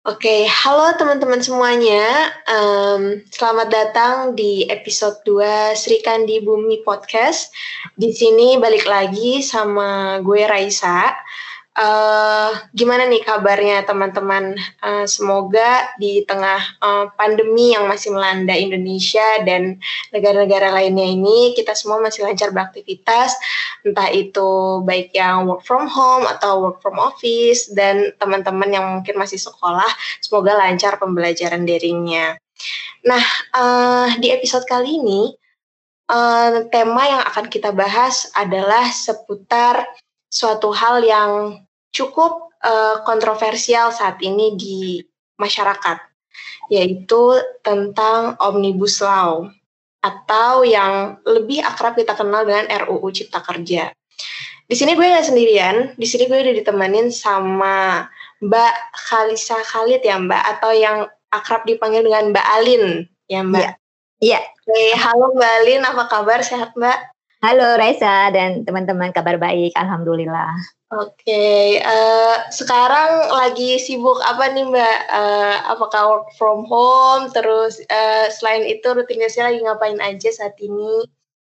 Oke, halo teman-teman semuanya. Selamat datang di episode 2 Sri Kandi Bumi Podcast. Di sini balik lagi sama gue Raisa. Gimana nih kabarnya teman-teman? Semoga di tengah pandemi yang masih melanda Indonesia dan negara-negara lainnya ini, kita semua masih lancar beraktivitas, entah itu baik yang work from home atau work from office, dan teman-teman yang mungkin masih sekolah, semoga lancar pembelajaran daringnya. Nah, di episode kali ini, tema yang akan kita bahas adalah seputar suatu hal yang cukup kontroversial saat ini di masyarakat, yaitu tentang Omnibus Law atau yang lebih akrab kita kenal dengan RUU Cipta Kerja. Di sini gue nggak sendirian, di sini gue udah ditemenin sama Mbak Khalisa Khalid ya Mbak, atau yang akrab dipanggil dengan Mbak Alin ya Mbak. Iya. Oke, halo Mbak Alin, apa kabar? Sehat Mbak? Halo Raisa dan teman-teman, kabar baik, alhamdulillah. Oke, sekarang lagi sibuk apa nih Mbak? Apakah work from home? Terus selain itu rutinitasnya lagi ngapain aja saat ini?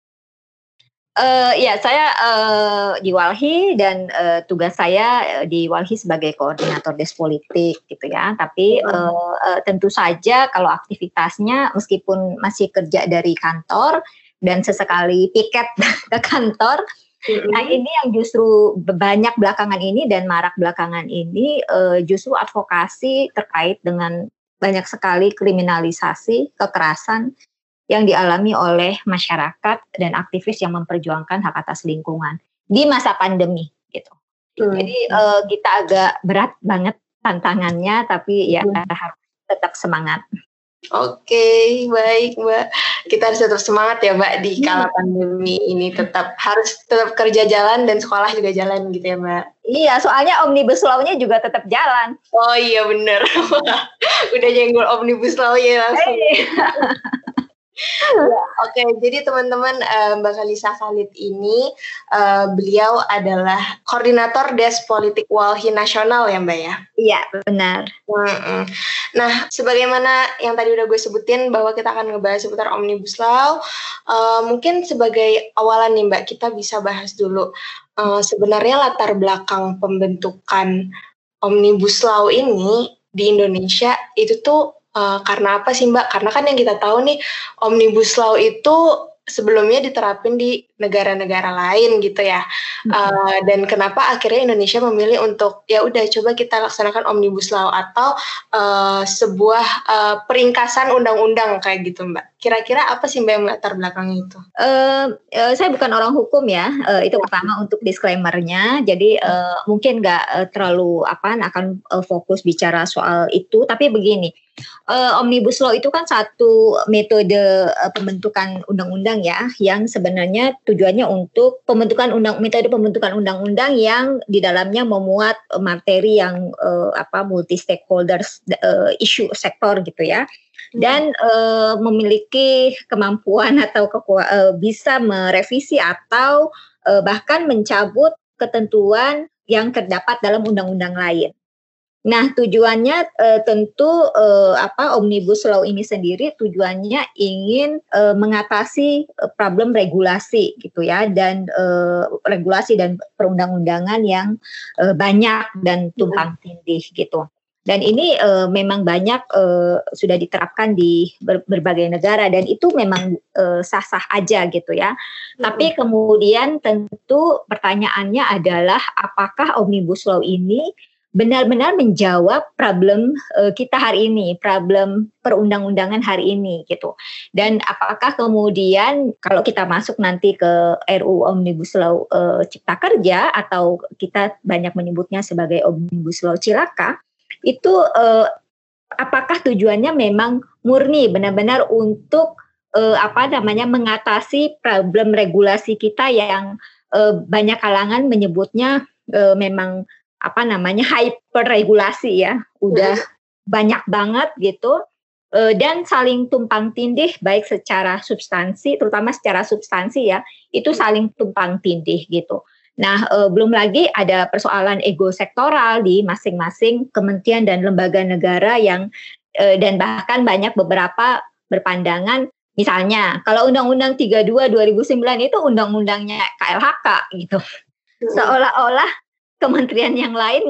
Ya, saya di Walhi dan tugas saya di Walhi sebagai koordinator des politik gitu ya. Tapi tentu saja kalau aktivitasnya meskipun masih kerja dari kantor dan sesekali piket ke kantor. Nah ini yang justru banyak belakangan ini dan marak belakangan ini justru advokasi terkait dengan banyak sekali kriminalisasi kekerasan yang dialami oleh masyarakat dan aktivis yang memperjuangkan hak atas lingkungan di masa pandemi gitu. Jadi kita agak berat banget tantangannya, tapi ya harus tetap semangat. Oke, baik Mbak. Kita harus tetap semangat ya Mbak di kala pandemi ini, harus tetap kerja jalan dan sekolah juga jalan gitu ya Mbak. Iya, soalnya Omnibus Law-nya juga tetap jalan. Oh iya bener. Udah nyenggol Omnibus Law-nya langsung. Ya, oke, jadi teman-teman, Mbak Khalisa Khalid ini beliau adalah koordinator Des Politik Walhi Nasional ya Mbak ya? Iya, benar. Nah, sebagaimana yang tadi udah gue sebutin bahwa kita akan ngebahas seputar Omnibus Law, mungkin sebagai awalan nih Mbak, kita bisa bahas dulu sebenarnya latar belakang pembentukan Omnibus Law ini di Indonesia itu tuh karena apa sih Mbak? Karena kan yang kita tahu nih Omnibus Law itu sebelumnya diterapin di negara-negara lain gitu ya. Dan kenapa akhirnya Indonesia memilih untuk ya udah coba kita laksanakan Omnibus Law atau sebuah peringkasan undang-undang kayak gitu Mbak. Kira-kira apa sih Mbak yang latar belakang itu? Saya bukan orang hukum ya. Itu pertama untuk disclaimer-nya. Jadi mungkin nggak terlalu akan fokus bicara soal itu. Tapi begini. Omnibus Law itu kan satu metode pembentukan undang-undang ya, yang sebenarnya tujuannya untuk metode pembentukan undang-undang yang di dalamnya memuat materi yang multi stakeholders isu sektor gitu ya, dan memiliki kemampuan atau bisa merevisi atau bahkan mencabut ketentuan yang terdapat dalam undang-undang lain. Nah, tujuannya tentu Omnibus Law ini sendiri tujuannya ingin mengatasi problem regulasi gitu ya, dan regulasi dan perundang-undangan yang banyak dan tumpang tindih gitu. Dan ini memang banyak sudah diterapkan di berbagai negara dan itu memang sah-sah aja gitu ya. Tapi kemudian tentu pertanyaannya adalah apakah Omnibus Law ini benar-benar menjawab problem kita hari ini, problem perundang-undangan hari ini gitu. Dan apakah kemudian kalau kita masuk nanti ke RUU Omnibus Law Cipta Kerja atau kita banyak menyebutnya sebagai Omnibus Law Cilaka, itu apakah tujuannya memang murni benar-benar untuk mengatasi problem regulasi kita yang banyak kalangan menyebutnya memang hyperregulasi ya, udah banyak banget gitu, dan saling tumpang tindih baik secara substansi, terutama secara substansi ya, itu saling tumpang tindih gitu. Nah, belum lagi ada persoalan ego sektoral di masing-masing kementerian dan lembaga negara yang dan bahkan banyak beberapa berpandangan, misalnya kalau Undang-Undang 32 2009 itu undang-undangnya KLHK gitu. Seolah-olah kementerian yang lain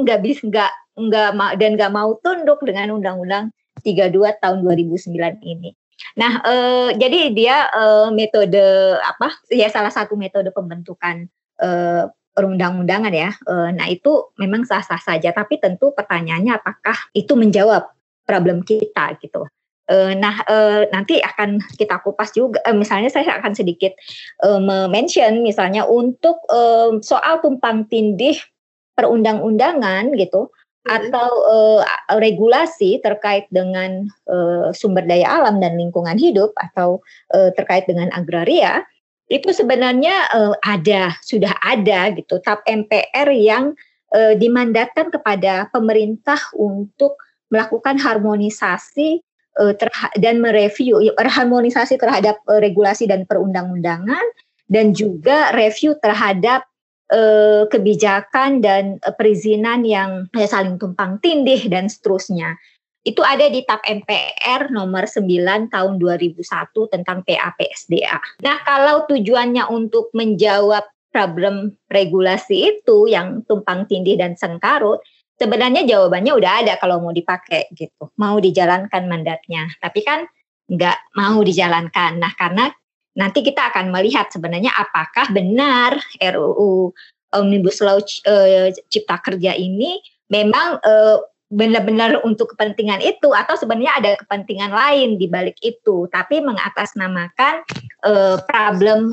nggak mau tunduk dengan Undang-Undang 32 tahun 2009 ini. Nah, jadi dia metode apa? Ya salah satu metode pembentukan perundang-undangan ya. Nah itu memang sah-sah saja, tapi tentu pertanyaannya apakah itu menjawab problem kita gitu. Nanti akan kita kupas juga. Misalnya saya akan sedikit mention misalnya untuk soal tumpang tindih perundang-undangan gitu atau regulasi terkait dengan sumber daya alam dan lingkungan hidup atau terkait dengan agraria itu sebenarnya sudah ada gitu TAP MPR yang dimandatkan kepada pemerintah untuk melakukan harmonisasi dan mereview harmonisasi terhadap regulasi dan perundang-undangan dan juga review terhadap kebijakan dan perizinan yang saling tumpang tindih dan seterusnya. Itu ada di TAP MPR nomor 9 tahun 2001 tentang PAPSDA. Nah, kalau tujuannya untuk menjawab problem regulasi itu yang tumpang tindih dan sengkarut, sebenarnya jawabannya udah ada kalau mau dipakai gitu. Mau dijalankan mandatnya. Tapi kan nggak mau dijalankan. Nah, karena nanti kita akan melihat sebenarnya apakah benar RUU Omnibus Law Cipta Kerja ini memang benar-benar untuk kepentingan itu atau sebenarnya ada kepentingan lain di balik itu, tapi mengatasnamakan problem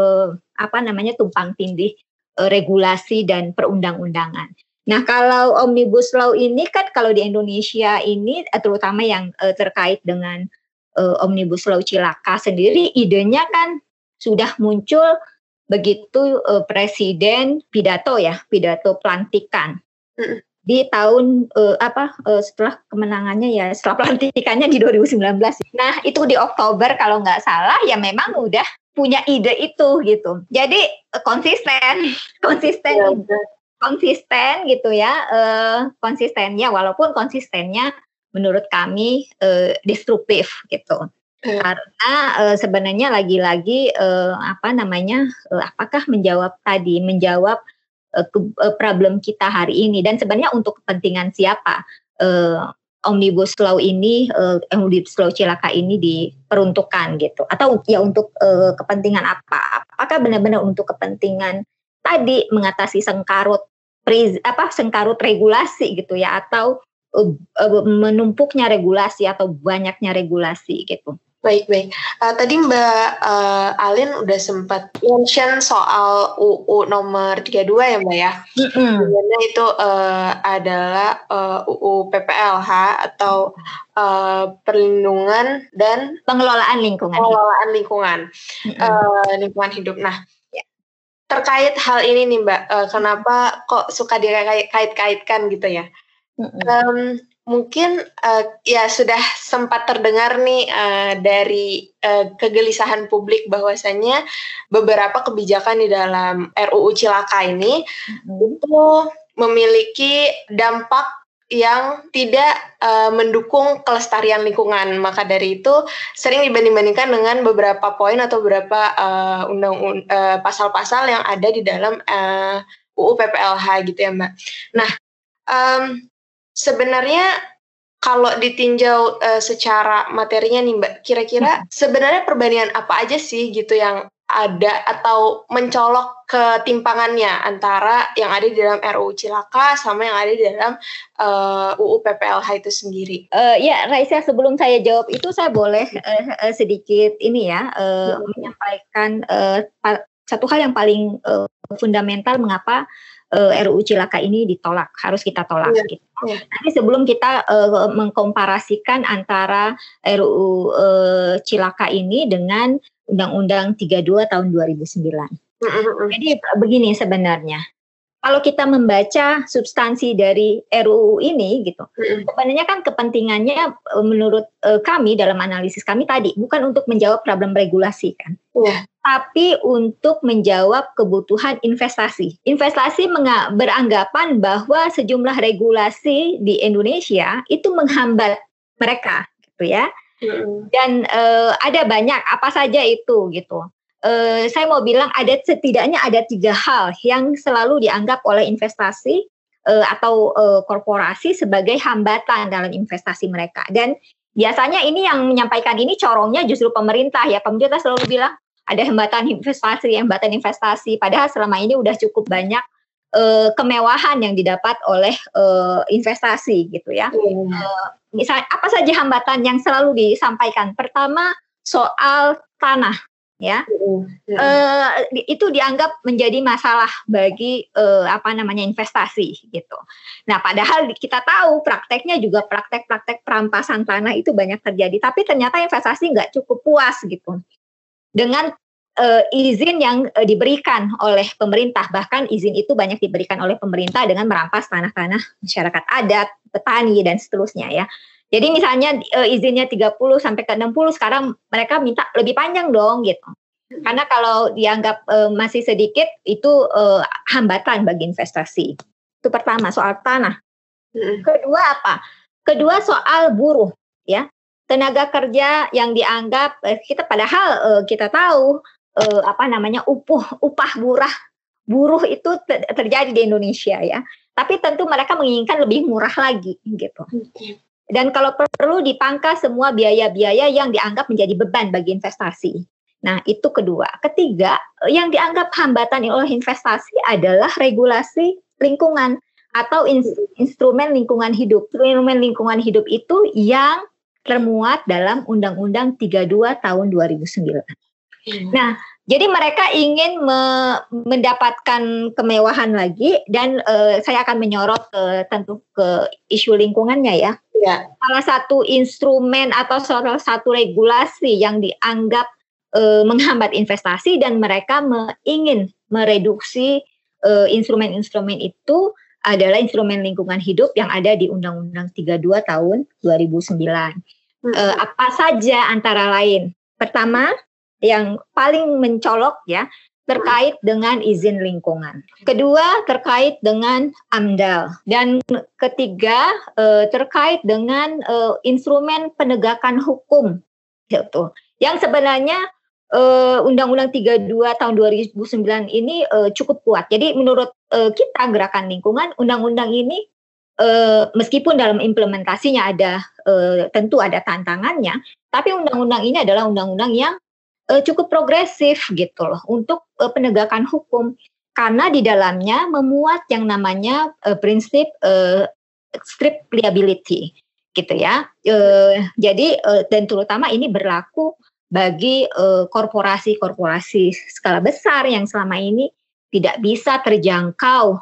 tumpang tindih regulasi dan perundang-undangan. Nah, kalau Omnibus Law ini kan kalau di Indonesia ini terutama yang terkait dengan Omnibus Law Cilaka sendiri, idenya kan sudah muncul begitu Presiden pidato pelantikan di tahun setelah kemenangannya ya, setelah pelantikannya di 2019. Nah, itu di Oktober kalau nggak salah ya memang udah punya ide itu gitu. Jadi konsisten gitu ya, konsistennya walaupun konsistennya menurut kami destruktif gitu. Karena sebenarnya lagi-lagi apakah menjawab problem kita hari ini dan sebenarnya untuk kepentingan siapa Omnibus Law ini, Omnibus Law Cilaka ini diperuntukkan gitu, atau ya untuk kepentingan apa? Apakah benar-benar untuk kepentingan tadi mengatasi sengkarut regulasi gitu ya, atau menumpuknya regulasi atau banyaknya regulasi gitu? Baik. Tadi Mbak Alin udah sempat mention soal UU nomor 32 ya Mbak ya. Dimana itu adalah UU PPLH atau perlindungan dan pengelolaan lingkungan hidup. Nah, terkait hal ini nih Mbak, kenapa kok suka dikait-kaitkan gitu ya? Mungkin ya sudah sempat terdengar nih dari kegelisahan publik bahwasannya beberapa kebijakan di dalam RUU Cilaka ini itu memiliki dampak yang tidak mendukung kelestarian lingkungan. Maka dari itu sering dibanding-bandingkan dengan beberapa poin atau beberapa pasal-pasal yang ada di dalam UU PPLH gitu ya Mbak. Nah, sebenarnya kalau ditinjau secara materinya nih Mbak, kira-kira sebenarnya perbandingan apa aja sih gitu yang ada atau mencolok ketimpangannya antara yang ada di dalam RUU Cilaka sama yang ada di dalam UU PPLH itu sendiri? Ya Raisa, sebelum saya jawab itu saya boleh sedikit ini ya menyampaikan satu hal yang paling fundamental mengapa RUU Cilaka ini ditolak, harus kita tolak. Gitu. Nanti sebelum kita mengkomparasikan antara RUU Cilaka ini dengan Undang-Undang 32 tahun 2009. Jadi begini sebenarnya, kalau kita membaca substansi dari RUU ini gitu, sebenarnya kan kepentingannya menurut kami dalam analisis kami tadi bukan untuk menjawab problem regulasi kan, tapi untuk menjawab kebutuhan investasi. Investasi beranggapan bahwa sejumlah regulasi di Indonesia itu menghambat mereka, gitu ya. Dan ada banyak apa saja itu gitu. Saya mau bilang setidaknya ada 3 hal yang selalu dianggap oleh investasi atau korporasi sebagai hambatan dalam investasi mereka. Dan biasanya ini yang menyampaikan ini corongnya justru pemerintah ya. Pemerintah selalu bilang ada hambatan investasi. Padahal selama ini udah cukup banyak kemewahan yang didapat oleh investasi gitu ya. Misalnya apa saja hambatan yang selalu disampaikan? Pertama soal tanah, ya, itu dianggap menjadi masalah bagi investasi gitu. Nah, padahal kita tahu prakteknya juga praktek perampasan tanah itu banyak terjadi, tapi ternyata investasi nggak cukup puas gitu dengan izin yang diberikan oleh pemerintah. Bahkan izin itu banyak diberikan oleh pemerintah dengan merampas tanah-tanah masyarakat adat, petani, dan seterusnya ya. Jadi misalnya izinnya 30 sampai ke 60, sekarang mereka minta lebih panjang dong gitu. Karena kalau dianggap masih sedikit, itu hambatan bagi investasi. Itu pertama, soal tanah. Kedua apa? Kedua soal buruh ya. Tenaga kerja yang dianggap kita tahu upah buruh itu terjadi di Indonesia ya. Tapi tentu mereka menginginkan lebih murah lagi gitu. Dan kalau perlu dipangkas semua biaya-biaya yang dianggap menjadi beban bagi investasi. Nah, itu kedua. Ketiga, yang dianggap hambatan oleh investasi adalah regulasi lingkungan atau instrumen lingkungan hidup. Instrumen lingkungan hidup itu yang termuat dalam Undang-Undang 32 tahun 2009. Nah, jadi mereka ingin mendapatkan kemewahan lagi dan saya akan menyorot tentu ke isu lingkungannya ya. Salah satu instrumen atau salah satu regulasi yang dianggap menghambat investasi dan mereka ingin mereduksi instrumen-instrumen itu adalah instrumen lingkungan hidup yang ada di Undang-Undang 32 tahun 2009. Apa saja antara lain? Pertama, yang paling mencolok ya terkait dengan izin lingkungan. Kedua terkait dengan AMDAL dan ketiga terkait dengan instrumen penegakan hukum gitu. Yang sebenarnya Undang-Undang 32 tahun 2009 ini cukup kuat. Jadi menurut kita gerakan lingkungan, undang-undang ini meskipun dalam implementasinya tentu ada tantangannya, tapi undang-undang ini adalah undang-undang yang cukup progresif gitu loh untuk penegakan hukum karena di dalamnya memuat yang namanya prinsip strict liability gitu ya. Jadi dan terutama ini berlaku bagi korporasi-korporasi skala besar yang selama ini tidak bisa terjangkau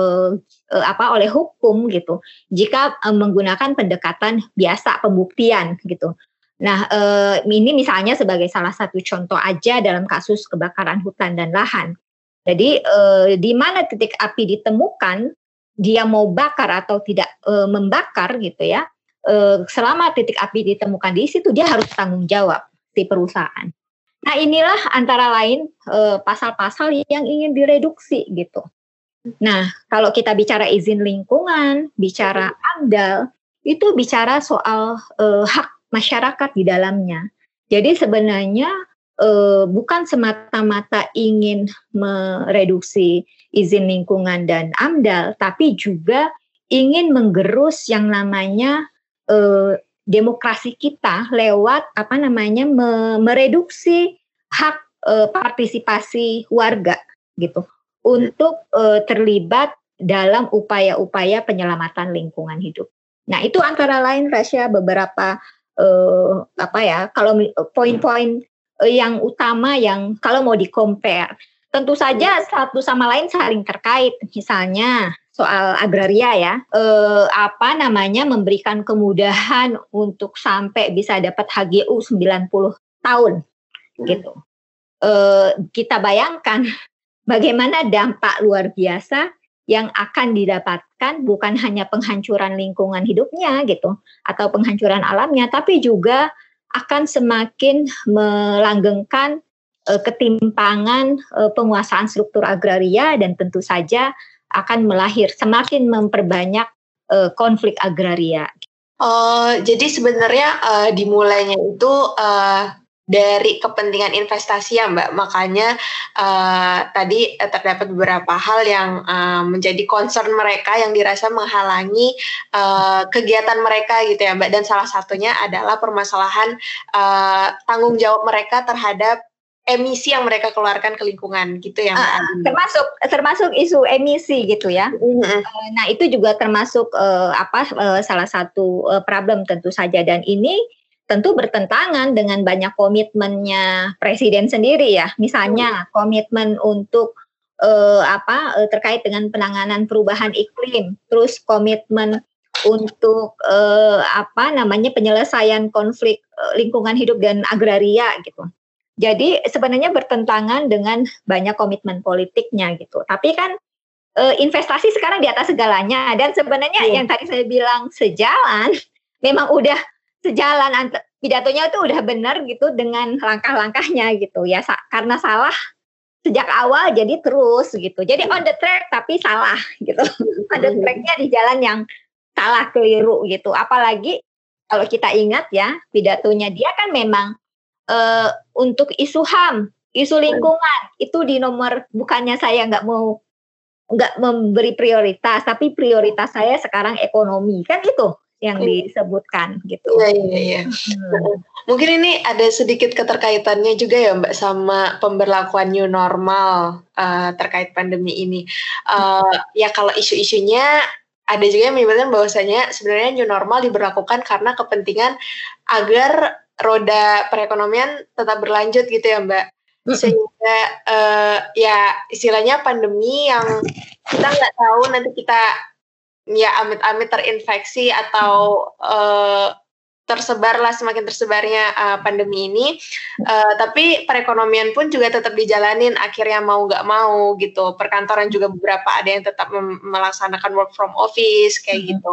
oleh hukum gitu jika menggunakan pendekatan biasa pembuktian gitu. Nah, ini misalnya sebagai salah satu contoh aja dalam kasus kebakaran hutan dan lahan. Jadi, di mana titik api ditemukan, dia mau bakar atau tidak membakar gitu ya, selama titik api ditemukan di situ, dia harus tanggung jawab si perusahaan. Nah, inilah antara lain pasal-pasal yang ingin direduksi gitu. Nah, kalau kita bicara izin lingkungan, bicara AMDAL, itu bicara soal hak masyarakat di dalamnya. Jadi sebenarnya bukan semata-mata ingin mereduksi izin lingkungan dan AMDAL, tapi juga ingin menggerus yang namanya demokrasi kita lewat mereduksi hak partisipasi warga gitu untuk terlibat dalam upaya-upaya penyelamatan lingkungan hidup. Nah, itu antara lain Rasya beberapa kalau poin-poin yang utama yang kalau mau di-compare, tentu saja satu sama lain saling terkait. Misalnya soal agraria ya, memberikan kemudahan untuk sampai bisa dapat HGU 90 tahun gitu. Kita bayangkan bagaimana dampak luar biasa yang akan didapatkan bukan hanya penghancuran lingkungan hidupnya gitu atau penghancuran alamnya, tapi juga akan semakin melanggengkan ketimpangan penguasaan struktur agraria dan tentu saja akan semakin memperbanyak konflik agraria. Jadi sebenarnya dimulainya itu dari kepentingan investasi ya Mbak, makanya tadi terdapat beberapa hal yang menjadi concern mereka yang dirasa menghalangi kegiatan mereka gitu ya Mbak, dan salah satunya adalah permasalahan tanggung jawab mereka terhadap emisi yang mereka keluarkan ke lingkungan gitu ya Mbak. Termasuk isu emisi gitu ya. Nah itu juga termasuk salah satu problem tentu saja, dan ini tentu bertentangan dengan banyak komitmennya presiden sendiri ya. Misalnya komitmen untuk terkait dengan penanganan perubahan iklim, terus komitmen untuk penyelesaian konflik lingkungan hidup dan agraria gitu. Jadi sebenarnya bertentangan dengan banyak komitmen politiknya gitu. Tapi kan investasi sekarang di atas segalanya, dan sebenarnya yang tadi saya bilang sejalan, memang udah sejalan, pidatonya itu udah benar gitu dengan langkah-langkahnya gitu ya, karena salah sejak awal jadi terus gitu. Jadi on the track tapi salah gitu. On the tracknya di jalan yang salah, keliru gitu. Apalagi kalau kita ingat ya, pidatonya dia kan memang untuk isu HAM, isu lingkungan itu di nomor, bukannya saya nggak memberi prioritas, tapi prioritas saya sekarang ekonomi, kan itu yang disebutkan gitu. Iya. Mungkin ini ada sedikit keterkaitannya juga ya Mbak sama pemberlakuan new normal terkait pandemi ini. Ya kalau isu-isunya ada juga yang menyebutkan bahwasanya sebenarnya new normal diberlakukan karena kepentingan agar roda perekonomian tetap berlanjut gitu ya Mbak. Sehingga ya istilahnya pandemi yang kita nggak tahu nanti kita ya amit-amit terinfeksi atau semakin tersebarnya pandemi ini, tapi perekonomian pun juga tetap dijalanin akhirnya mau nggak mau gitu. Perkantoran juga beberapa ada yang tetap melaksanakan work from office kayak gitu.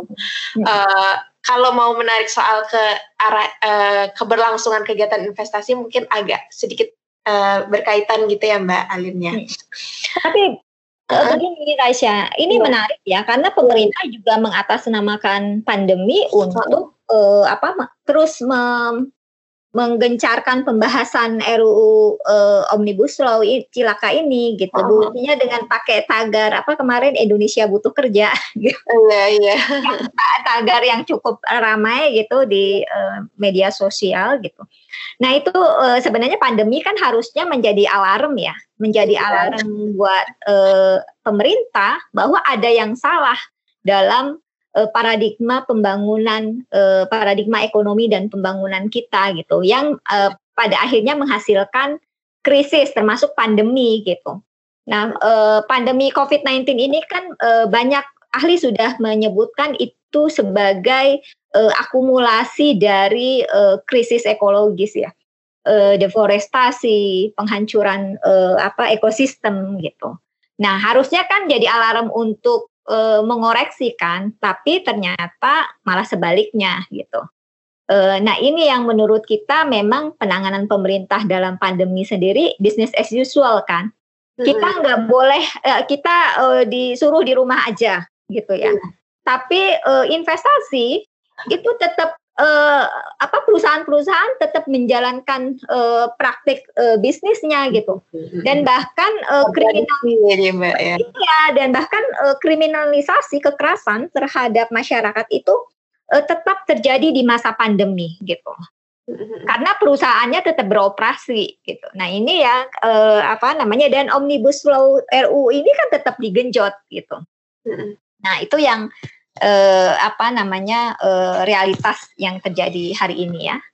Kalau mau menarik soal ke arah keberlangsungan kegiatan investasi mungkin agak sedikit berkaitan gitu ya Mbak Alinnya. Tapi begini Raisya, ini menarik ya, karena pemerintah juga mengatasnamakan pandemi untuk terus menggencarkan pembahasan RUU Omnibus Law cilaka ini gitu. Buktinya dengan pakai tagar kemarin Indonesia butuh kerja gitu. Iya. Tagar yang cukup ramai gitu di media sosial gitu. Nah itu sebenarnya pandemi kan harusnya menjadi alarm ya, menjadi alarm buat pemerintah bahwa ada yang salah dalam paradigma pembangunan, paradigma ekonomi dan pembangunan kita gitu, yang pada akhirnya menghasilkan krisis termasuk pandemi gitu. Nah pandemi COVID-19 ini kan banyak ahli sudah menyebutkan itu sebagai akumulasi dari krisis ekologis ya, deforestasi, penghancuran ekosistem gitu. Nah harusnya kan jadi alarm untuk mengoreksi kan, tapi ternyata malah sebaliknya gitu. Nah ini yang menurut kita memang penanganan pemerintah dalam pandemi sendiri business as usual kan. Kita nggak boleh, kita disuruh di rumah aja gitu ya. Tapi investasi itu tetap perusahaan-perusahaan tetap menjalankan praktik bisnisnya gitu, dan bahkan kriminalisasi kekerasan terhadap masyarakat itu tetap terjadi di masa pandemi gitu, karena perusahaannya tetap beroperasi gitu. Nah ini ya dan Omnibus Law RUU ini kan tetap digenjot gitu. Nah itu yang realitas yang terjadi hari ini ya.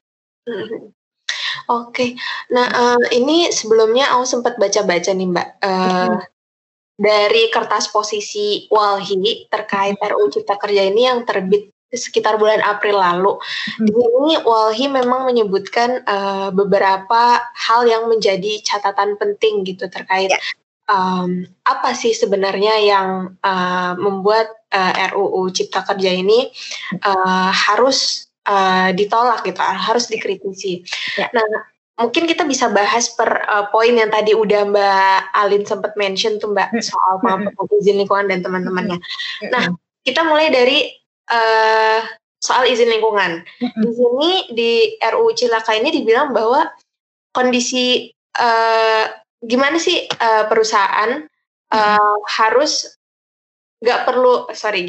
Oke. Nah ini sebelumnya aku sempat baca-baca nih Mbak, dari kertas posisi Walhi terkait RUU Cipta Kerja ini yang terbit sekitar bulan April lalu. Di sini Walhi memang menyebutkan beberapa hal yang menjadi catatan penting gitu terkait apa sih sebenarnya yang membuat RUU Cipta Kerja ini harus ditolak gitu, harus dikritisi. Ya. Nah, mungkin kita bisa bahas per poin yang tadi udah Mbak Alin sempat mention tuh Mbak, soal pengambilan izin lingkungan dan teman-temannya. Nah, kita mulai dari soal izin lingkungan. Di sini di RUU Cilaka ini dibilang bahwa kondisi gimana sih perusahaan harus nggak perlu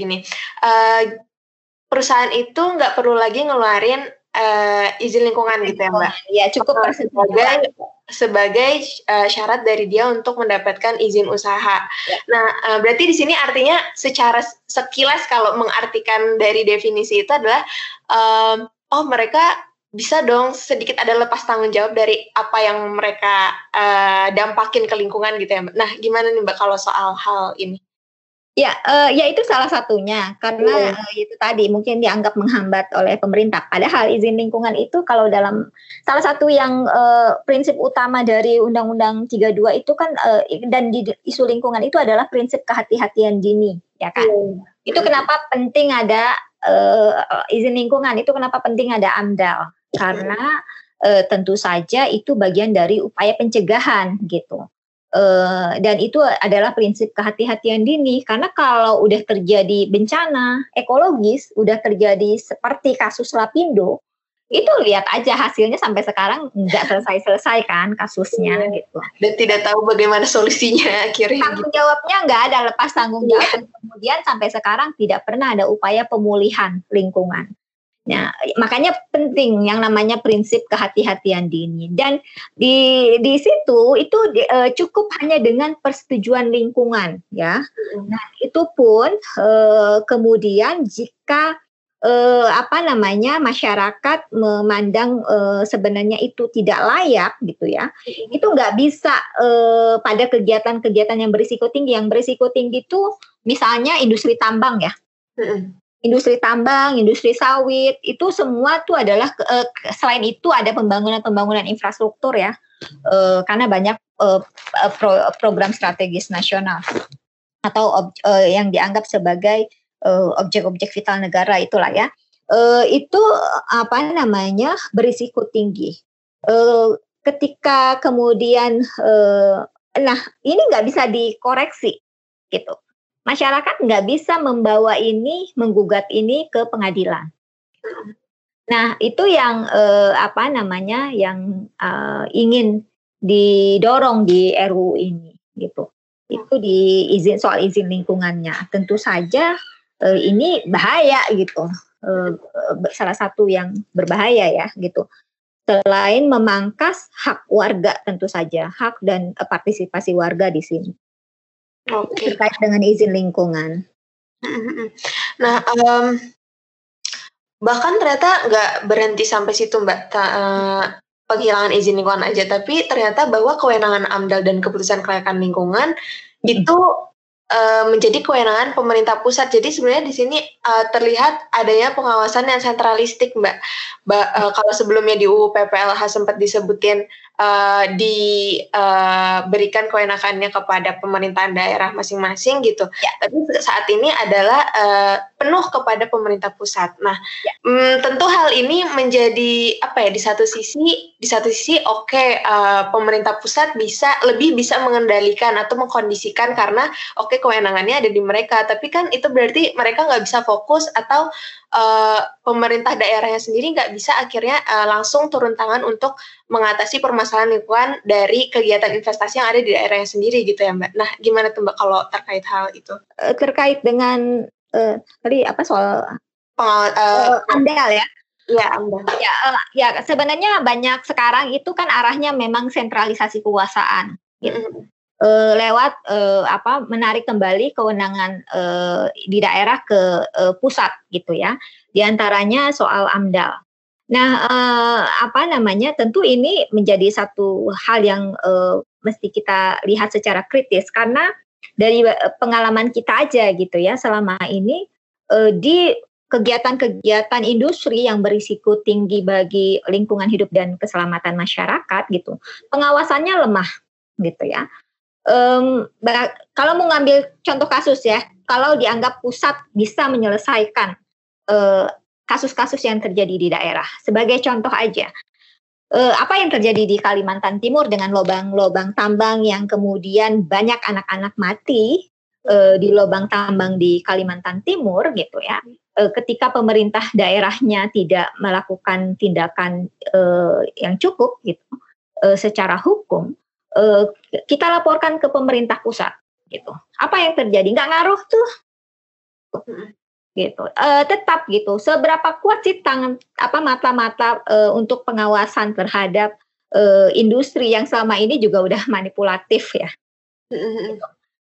perusahaan itu nggak perlu lagi ngeluarin izin lingkungan gitu ya Mbak? Ya cukup sebagai syarat dari dia untuk mendapatkan izin usaha. Ya. Nah berarti di sini artinya secara sekilas kalau mengartikan dari definisi itu adalah mereka bisa dong sedikit ada lepas tanggung jawab dari apa yang mereka dampakin ke lingkungan gitu ya Mbak. Nah gimana nih Mbak kalau soal hal ini? Ya, ya itu salah satunya karena itu tadi mungkin dianggap menghambat oleh pemerintah. Padahal izin lingkungan itu kalau dalam salah satu yang prinsip utama dari Undang-Undang 32 itu kan dan di isu lingkungan itu adalah prinsip kehati-hatian dini, ya kan? Itu kenapa penting ada izin lingkungan, itu kenapa penting ada AMDAL. Karena tentu saja itu bagian dari upaya pencegahan gitu. Dan itu adalah prinsip kehati-hatian dini karena kalau udah terjadi bencana ekologis, udah terjadi seperti kasus Lapindo, itu lihat aja hasilnya sampai sekarang nggak selesai-selesai kan kasusnya gitu. Dan tidak tahu bagaimana solusinya akhirnya. Tanggung jawabnya nggak ada, lepas tanggung jawab. Dan kemudian sampai sekarang tidak pernah ada upaya pemulihan lingkungan. Nah, makanya penting yang namanya prinsip kehati-hatian dini dan di situ itu cukup hanya dengan persetujuan lingkungan ya. Nah, itu pun kemudian jika masyarakat memandang sebenarnya itu tidak layak gitu ya, itu nggak bisa pada kegiatan-kegiatan yang berisiko tinggi. Yang berisiko tinggi itu misalnya industri tambang ya. Industri tambang, industri sawit, itu semua tuh adalah selain itu ada pembangunan infrastruktur ya, karena banyak program strategis nasional atau yang dianggap sebagai objek-objek vital negara itulah ya, itu berisiko tinggi. Ketika kemudian, ini nggak bisa dikoreksi gitu. Masyarakat nggak bisa membawa ini, menggugat ini ke pengadilan. Nah, itu yang yang ingin didorong di RUU ini, gitu. Itu soal izin lingkungannya. Tentu saja ini bahaya gitu. Salah satu yang berbahaya ya, gitu. Selain memangkas hak warga, tentu saja hak dan partisipasi warga di sini. Terkait dengan izin lingkungan. Nah, bahkan ternyata nggak berhenti sampai situ Mbak, penghilangan izin lingkungan aja, tapi ternyata bahwa kewenangan AMDAL dan keputusan kelayakan lingkungan itu menjadi kewenangan pemerintah pusat. Jadi sebenarnya di sini terlihat adanya pengawasan yang sentralistik Mbak. Kalau sebelumnya di UU PPLH sempat disebutin diberikan kewenangannya kepada pemerintahan daerah masing-masing gitu. Ya. Tapi saat ini adalah penuh kepada pemerintah pusat. Nah, ya. Tentu hal ini menjadi di satu sisi pemerintah pusat lebih bisa mengendalikan atau mengkondisikan karena kewenangannya ada di mereka. Tapi kan itu berarti mereka nggak bisa fokus atau pemerintah daerahnya sendiri nggak bisa akhirnya langsung turun tangan untuk mengatasi permasalahan lingkungan dari kegiatan investasi yang ada di daerahnya sendiri gitu ya Mbak. Nah gimana tuh Mbak kalau terkait hal itu? Terkait dengan tadi soal AMDAL ya? Ya, AMDAL. Ya sebenarnya banyak sekarang itu kan arahnya memang sentralisasi kekuasaan. Gitu. Lewat menarik kembali kewenangan di daerah ke pusat gitu ya. Di antaranya soal AMDAL. Nah, tentu ini menjadi satu hal yang mesti kita lihat secara kritis karena dari pengalaman kita aja gitu ya selama ini di kegiatan-kegiatan industri yang berisiko tinggi bagi lingkungan hidup dan keselamatan masyarakat gitu. Pengawasannya lemah gitu ya. kalau mau ngambil contoh kasus ya, kalau dianggap pusat bisa menyelesaikan kasus-kasus yang terjadi di daerah. Sebagai contoh aja, apa yang terjadi di Kalimantan Timur dengan lubang-lubang tambang yang kemudian banyak anak-anak mati di lubang tambang di Kalimantan Timur gitu ya. Ketika pemerintah daerahnya tidak melakukan tindakan yang cukup gitu secara hukum, kita laporkan ke pemerintah pusat gitu. Apa yang terjadi? Nggak ngaruh tuh gitu. Tetap gitu. Seberapa kuat sih mata-mata untuk pengawasan terhadap industri yang selama ini juga udah manipulatif ya. Gitu.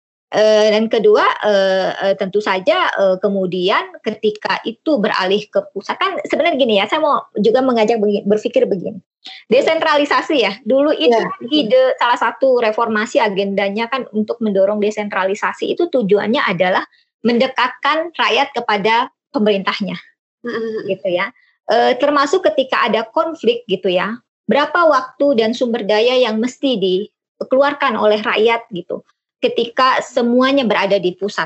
Dan kedua, tentu saja kemudian ketika itu beralih ke pusat, kan sebenarnya gini ya, saya mau juga mengajak berpikir begini. Desentralisasi ya, dulu itu ide salah satu reformasi agendanya kan untuk mendorong desentralisasi, itu tujuannya adalah mendekatkan rakyat kepada pemerintahnya, gitu ya. Termasuk ketika ada konflik gitu ya, berapa waktu dan sumber daya yang mesti dikeluarkan oleh rakyat gitu, ketika semuanya berada di pusat.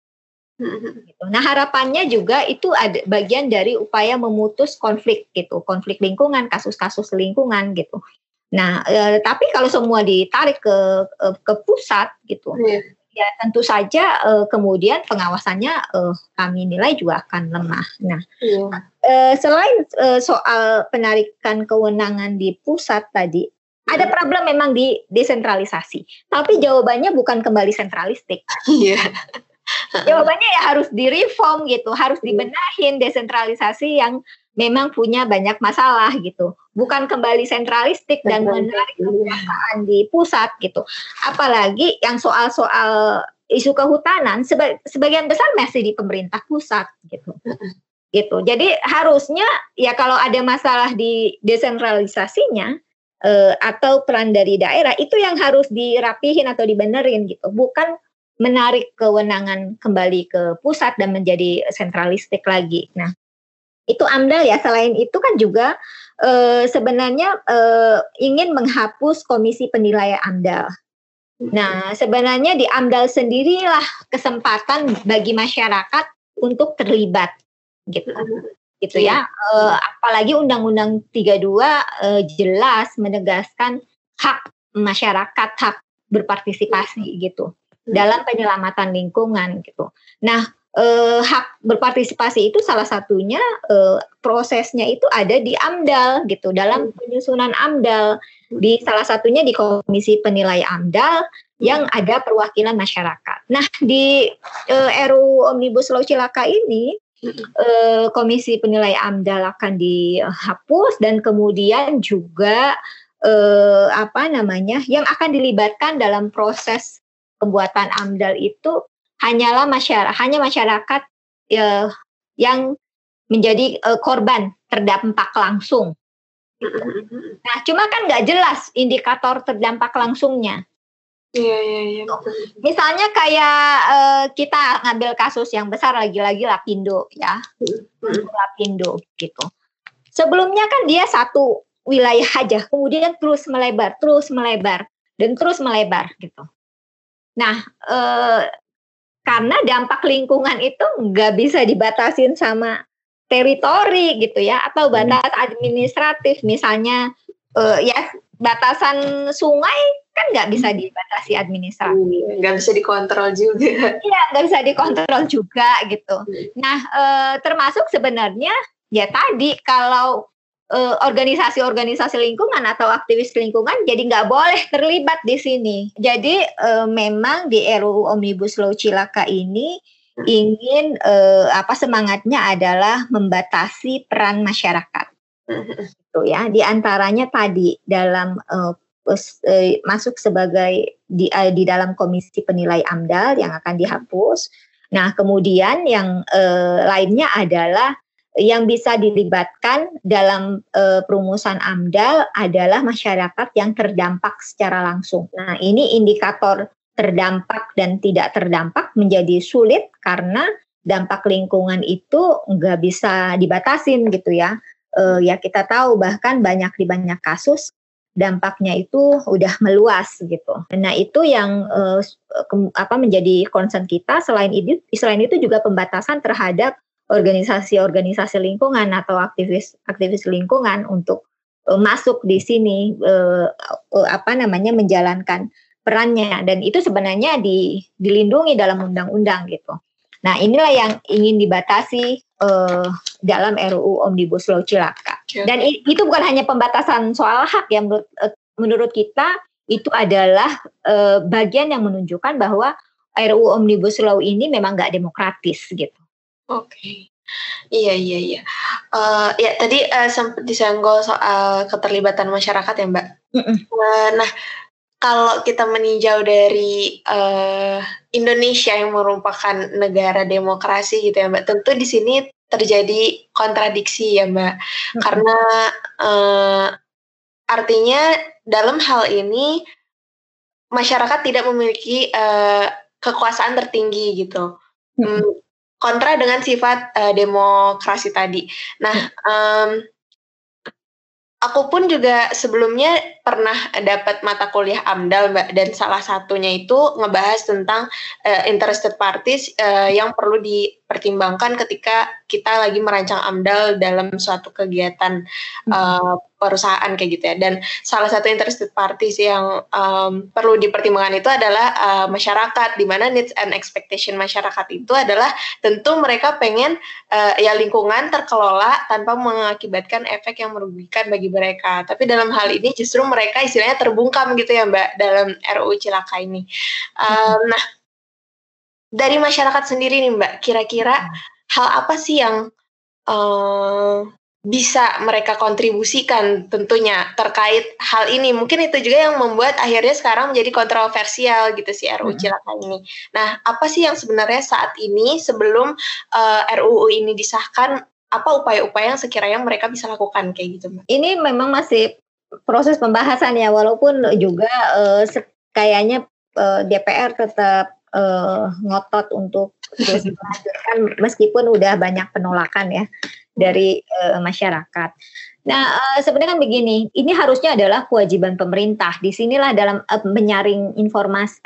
Gitu. Nah harapannya juga itu ada bagian dari upaya memutus konflik gitu, konflik lingkungan, kasus-kasus lingkungan gitu. Nah tapi kalau semua ditarik ke pusat gitu, ya tentu saja kemudian pengawasannya kami nilai juga akan lemah. Nah selain soal penarikan kewenangan di pusat tadi, ada problem memang di desentralisasi, tapi jawabannya bukan kembali sentralistik. Jawabannya ya harus direform gitu, harus dibenahin desentralisasi yang memang punya banyak masalah gitu. Bukan kembali sentralistik dan menarik kekuasaan di pusat gitu. Apalagi yang soal-soal isu kehutanan sebagian besar masih di pemerintah pusat gitu. Gitu. Jadi harusnya ya kalau ada masalah di desentralisasinya atau peran dari daerah itu yang harus dirapihin atau dibenerin gitu, bukan menarik kewenangan kembali ke pusat dan menjadi sentralistik lagi. Nah itu AMDAL ya. Selain itu kan juga sebenarnya ingin menghapus komisi penilaian AMDAL. Nah sebenarnya di AMDAL sendirilah kesempatan bagi masyarakat untuk terlibat gitu. Gitu ya, apalagi Undang-Undang 32 jelas menegaskan hak masyarakat, hak berpartisipasi gitu dalam penyelamatan lingkungan gitu. Nah, hak berpartisipasi itu salah satunya prosesnya itu ada di AMDAL gitu, dalam penyusunan AMDAL, di salah satunya di Komisi Penilai AMDAL yang ada perwakilan masyarakat. Nah, di RUU Omnibus Law Cilaka ini Komisi Penilai AMDAL akan dihapus dan kemudian juga yang akan dilibatkan dalam proses pembuatan AMDAL itu hanya masyarakat yang menjadi korban terdampak langsung. Nah, cuma kan nggak jelas indikator terdampak langsungnya. Iya. Misalnya kayak kita ngambil kasus yang besar lagi-lagi Lapindo ya, Lapindo gitu. Sebelumnya kan dia satu wilayah aja, kemudian terus melebar gitu. Nah, karena dampak lingkungan itu nggak bisa dibatasin sama teritori gitu ya, atau batas administratif, misalnya ya batasan sungai kan nggak bisa dibatasi administratif, nggak bisa dikontrol juga. Iya, nggak bisa dikontrol juga gitu. Nah, termasuk sebenarnya ya tadi kalau organisasi-organisasi lingkungan atau aktivis lingkungan jadi nggak boleh terlibat di sini. Jadi memang di RUU Omnibus Law Cilaka ini ingin semangatnya adalah membatasi peran masyarakat. Gitu ya, di antaranya tadi dalam masuk sebagai di dalam komisi penilai AMDAL yang akan dihapus. Nah, kemudian yang lainnya adalah yang bisa dilibatkan dalam perumusan AMDAL adalah masyarakat yang terdampak secara langsung. Nah, ini indikator terdampak dan tidak terdampak menjadi sulit karena dampak lingkungan itu nggak bisa dibatasin gitu ya. Ya kita tahu bahkan di banyak kasus dampaknya itu udah meluas gitu. Nah itu yang menjadi concern kita. Selain itu juga pembatasan terhadap organisasi-organisasi lingkungan atau aktivis lingkungan untuk masuk di sini menjalankan perannya, dan itu sebenarnya dilindungi dalam undang-undang gitu. Nah inilah yang ingin dibatasi dalam RUU Omnibus Law Cilaka. Dan itu bukan hanya pembatasan soal hak ya, menurut kita itu adalah bagian yang menunjukkan bahwa RUU Omnibus Law ini memang nggak demokratis gitu. Oke. Iya. Ya tadi sempat disenggol soal keterlibatan masyarakat ya Mbak. Nah kalau kita meninjau dari Indonesia yang merupakan negara demokrasi gitu ya Mbak, tentu di sini terjadi kontradiksi ya Mbak, karena artinya dalam hal ini masyarakat tidak memiliki kekuasaan tertinggi gitu. Kontra dengan sifat demokrasi tadi. Nah, aku pun juga sebelumnya pernah dapat mata kuliah AMDAL, Mbak, dan salah satunya itu ngebahas tentang interested parties yang perlu dipertimbangkan ketika kita lagi merancang AMDAL dalam suatu kegiatan perusahaan kayak gitu ya. Dan salah satu interested parties yang perlu dipertimbangkan itu adalah masyarakat, di mana needs and expectation masyarakat itu adalah tentu mereka pengen lingkungan terkelola tanpa mengakibatkan efek yang merugikan bagi mereka. Tapi dalam hal ini justru mereka istilahnya terbungkam gitu ya Mbak dalam RUU Cilaka ini. Nah, dari masyarakat sendiri nih Mbak, kira-kira hal apa sih yang bisa mereka kontribusikan tentunya terkait hal ini? Mungkin itu juga yang membuat akhirnya sekarang menjadi kontroversial gitu si RUU Cilaka ini. Nah, apa sih yang sebenarnya saat ini sebelum RUU ini disahkan, apa upaya-upaya yang sekiranya mereka bisa lakukan kayak gitu Mbak? Ini memang masih proses pembahasan ya, walaupun juga kayaknya DPR tetap ngotot untuk terus melanjutkan meskipun udah banyak penolakan ya dari masyarakat. Nah, sebenarnya kan begini, ini harusnya adalah kewajiban pemerintah. Disinilah dalam menyaring informasi,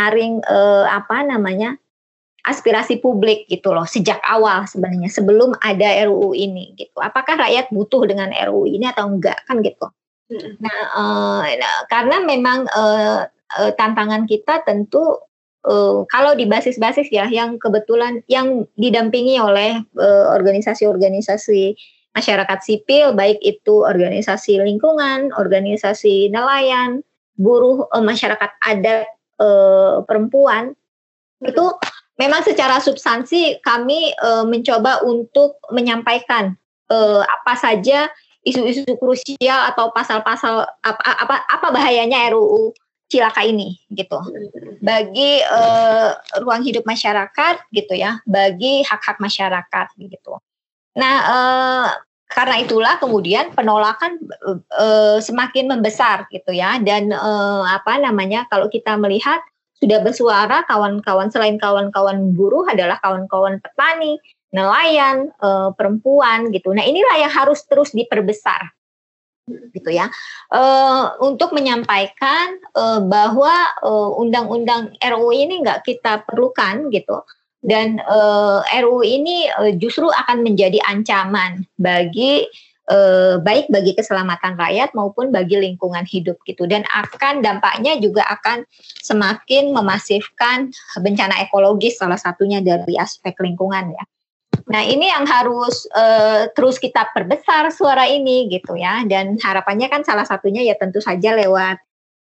aspirasi publik gitu loh, sejak awal sebenarnya sebelum ada RUU ini gitu. Apakah rakyat butuh dengan RUU ini atau enggak kan gitu. Nah, karena memang tantangan kita tentu kalau di basis-basis ya yang kebetulan yang didampingi oleh organisasi-organisasi masyarakat sipil, baik itu organisasi lingkungan, organisasi nelayan, buruh, masyarakat adat, perempuan, itu memang secara substansi kami mencoba untuk menyampaikan apa saja isu-isu krusial atau pasal-pasal apa bahayanya RUU Cilaka ini gitu bagi ruang hidup masyarakat gitu ya, bagi hak-hak masyarakat gitu. Nah, karena itulah kemudian penolakan semakin membesar gitu ya, dan kalau kita melihat sudah bersuara kawan-kawan selain kawan-kawan buruh adalah kawan-kawan petani, nelayan, perempuan gitu. Nah, inilah yang harus terus diperbesar gitu ya, untuk menyampaikan bahwa undang-undang RUU ini nggak kita perlukan gitu, dan RUU ini justru akan menjadi ancaman bagi baik bagi keselamatan rakyat maupun bagi lingkungan hidup gitu, dan dampaknya juga akan semakin memasifkan bencana ekologis, salah satunya dari aspek lingkungan ya. Nah, ini yang harus terus kita perbesar suara ini gitu ya, dan harapannya kan salah satunya ya tentu saja lewat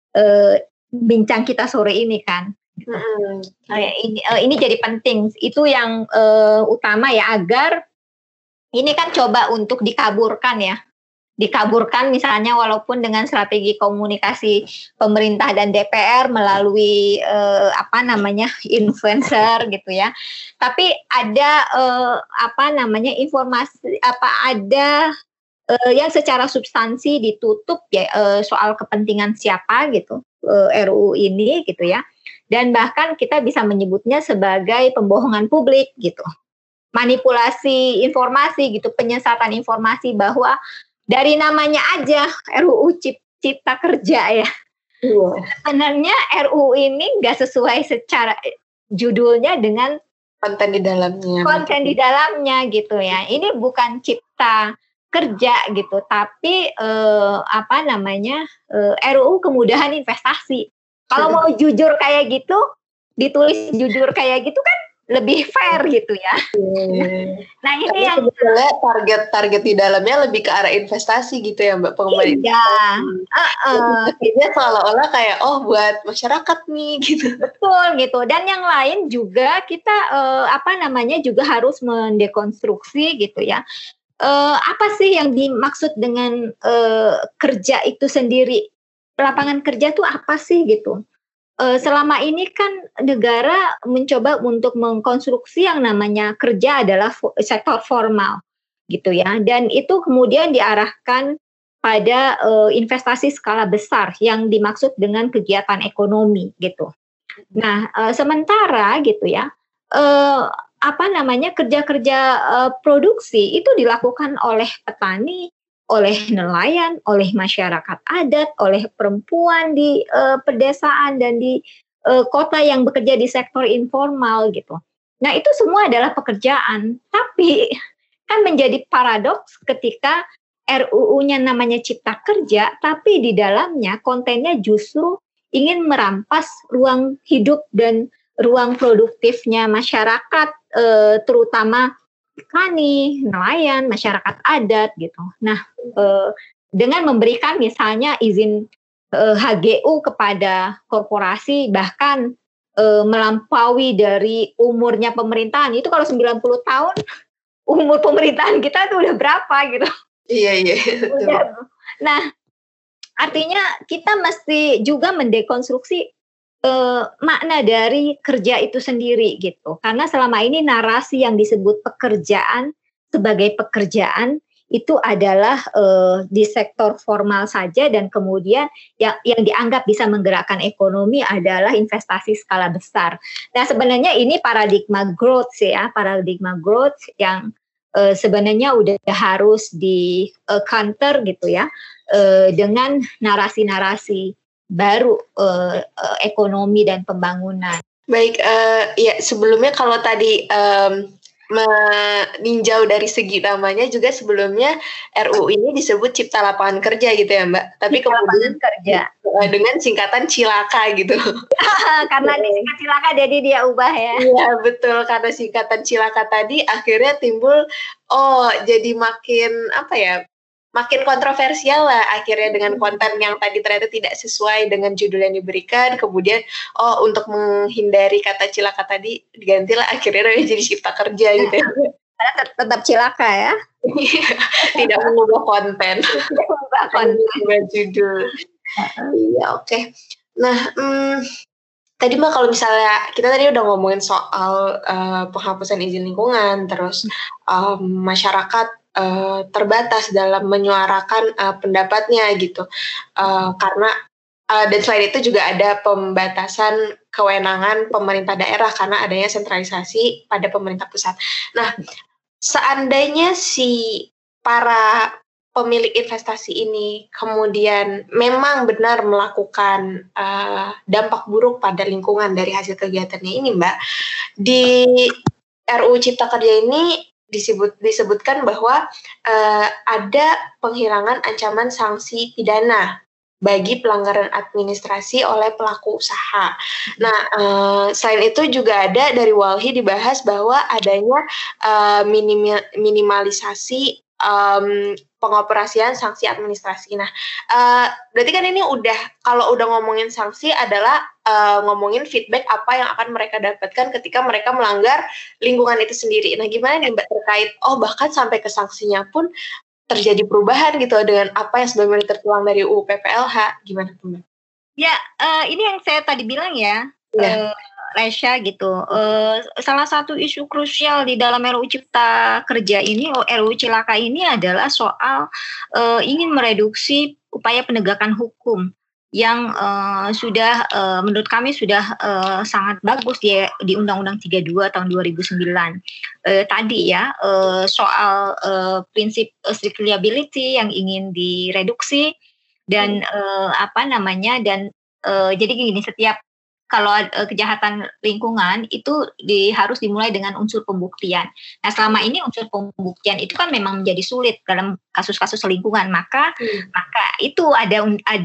bincang kita sore ini kan. Ini jadi penting, itu yang utama ya, agar ini kan coba untuk dikaburkan misalnya walaupun dengan strategi komunikasi pemerintah dan DPR melalui influencer gitu ya. Tapi ada informasi yang secara substansi ditutup ya, soal kepentingan siapa gitu RUU ini gitu ya. Dan bahkan kita bisa menyebutnya sebagai pembohongan publik gitu. Manipulasi informasi gitu, penyesatan informasi bahwa dari namanya aja RUU Cipta Kerja ya. Sebenarnya RUU ini nggak sesuai secara judulnya dengan konten di dalamnya gitu ya. Ini bukan Cipta Kerja gitu, tapi RUU kemudahan investasi. Kalau mau jujur kayak gitu, ditulis jujur kayak gitu kan lebih fair gitu ya. Nah ini karena yang sebetulnya target di dalamnya lebih ke arah investasi gitu ya Mbak, pengembangan investasi. Jadi seolah-olah kayak buat masyarakat nih gitu. Betul gitu. Dan yang lain juga kita juga harus mendekonstruksi gitu ya. Apa sih yang dimaksud dengan kerja itu sendiri? Lapangan kerja itu apa sih gitu? Selama ini kan negara mencoba untuk mengkonstruksi yang namanya kerja adalah sektor formal gitu ya, dan itu kemudian diarahkan pada investasi skala besar yang dimaksud dengan kegiatan ekonomi gitu. Nah, sementara gitu ya, kerja-kerja produksi itu dilakukan oleh petani, oleh nelayan, oleh masyarakat adat, oleh perempuan di pedesaan dan di kota yang bekerja di sektor informal gitu. Nah itu semua adalah pekerjaan, tapi kan menjadi paradoks ketika RUU-nya namanya Cipta Kerja, tapi di dalamnya kontennya justru ingin merampas ruang hidup dan ruang produktifnya masyarakat, terutama petani, nelayan, masyarakat adat gitu. Nah, dengan memberikan misalnya izin HGU kepada korporasi, bahkan melampaui dari umurnya pemerintahan, itu kalau 90 tahun umur pemerintahan kita tuh udah berapa gitu. Iya. Nah, artinya kita mesti juga mendekonstruksi makna dari kerja itu sendiri gitu. Karena selama ini narasi yang disebut pekerjaan sebagai pekerjaan itu adalah di sektor formal saja, dan kemudian yang dianggap bisa menggerakkan ekonomi adalah investasi skala besar. Nah sebenarnya ini paradigma growth yang sebenarnya udah harus di counter gitu ya, dengan narasi-narasi baru ekonomi dan pembangunan. Baik, ya sebelumnya kalau tadi meninjau dari segi namanya juga sebelumnya RUU ini disebut Cipta Lapangan Kerja gitu ya Mbak. Tapi Cipta kemudian kerja dengan singkatan Cilaka gitu. Karena disingkat Cilaka jadi dia ubah ya. Iya betul, karena singkatan Cilaka tadi akhirnya timbul jadi makin kontroversial lah akhirnya dengan konten yang tadi ternyata tidak sesuai dengan judul yang diberikan. Kemudian untuk menghindari kata cilaka tadi digantilah akhirnya jadi Cipta Kerja gitu ya. Karena tetap cilaka ya. Tidak mengubah konten. Mengubah judul. Iya oke. Nah tadi Mbak kalau misalnya kita tadi udah ngomongin soal penghapusan izin lingkungan, terus masyarakat terbatas dalam menyuarakan pendapatnya gitu, karena dan selain itu juga ada pembatasan kewenangan pemerintah daerah karena adanya sentralisasi pada pemerintah pusat. Nah, seandainya si para pemilik investasi ini kemudian memang benar melakukan dampak buruk pada lingkungan dari hasil kegiatannya ini, Mbak, di RUU Cipta Kerja ini disebutkan bahwa ada penghilangan ancaman sanksi pidana bagi pelanggaran administrasi oleh pelaku usaha. Nah, selain itu juga ada dari Walhi dibahas bahwa adanya minimalisasi pengoperasian sanksi administrasi. Nah, berarti kan ini kalau udah ngomongin sanksi adalah ngomongin feedback apa yang akan mereka dapatkan ketika mereka melanggar lingkungan itu sendiri. Nah, gimana nih Mbak terkait bahkan sampai ke sanksinya pun terjadi perubahan gitu dengan apa yang sebelumnya tertuang dari UU PPLH, gimana tuh Mbak? Ya, ini yang saya tadi bilang ya. Lesha gitu. Salah satu isu krusial di dalam RUU Cipta Kerja ini, RUU Cilaka ini adalah soal ingin mereduksi upaya penegakan hukum yang sudah menurut kami sudah sangat bagus di Undang-Undang 32 tahun 2009 tadi ya, soal prinsip strict liability yang ingin direduksi, Dan jadi gini, setiap kalau kejahatan lingkungan itu harus dimulai dengan unsur pembuktian. Nah, selama ini unsur pembuktian itu kan memang menjadi sulit dalam kasus-kasus lingkungan. Maka itu ada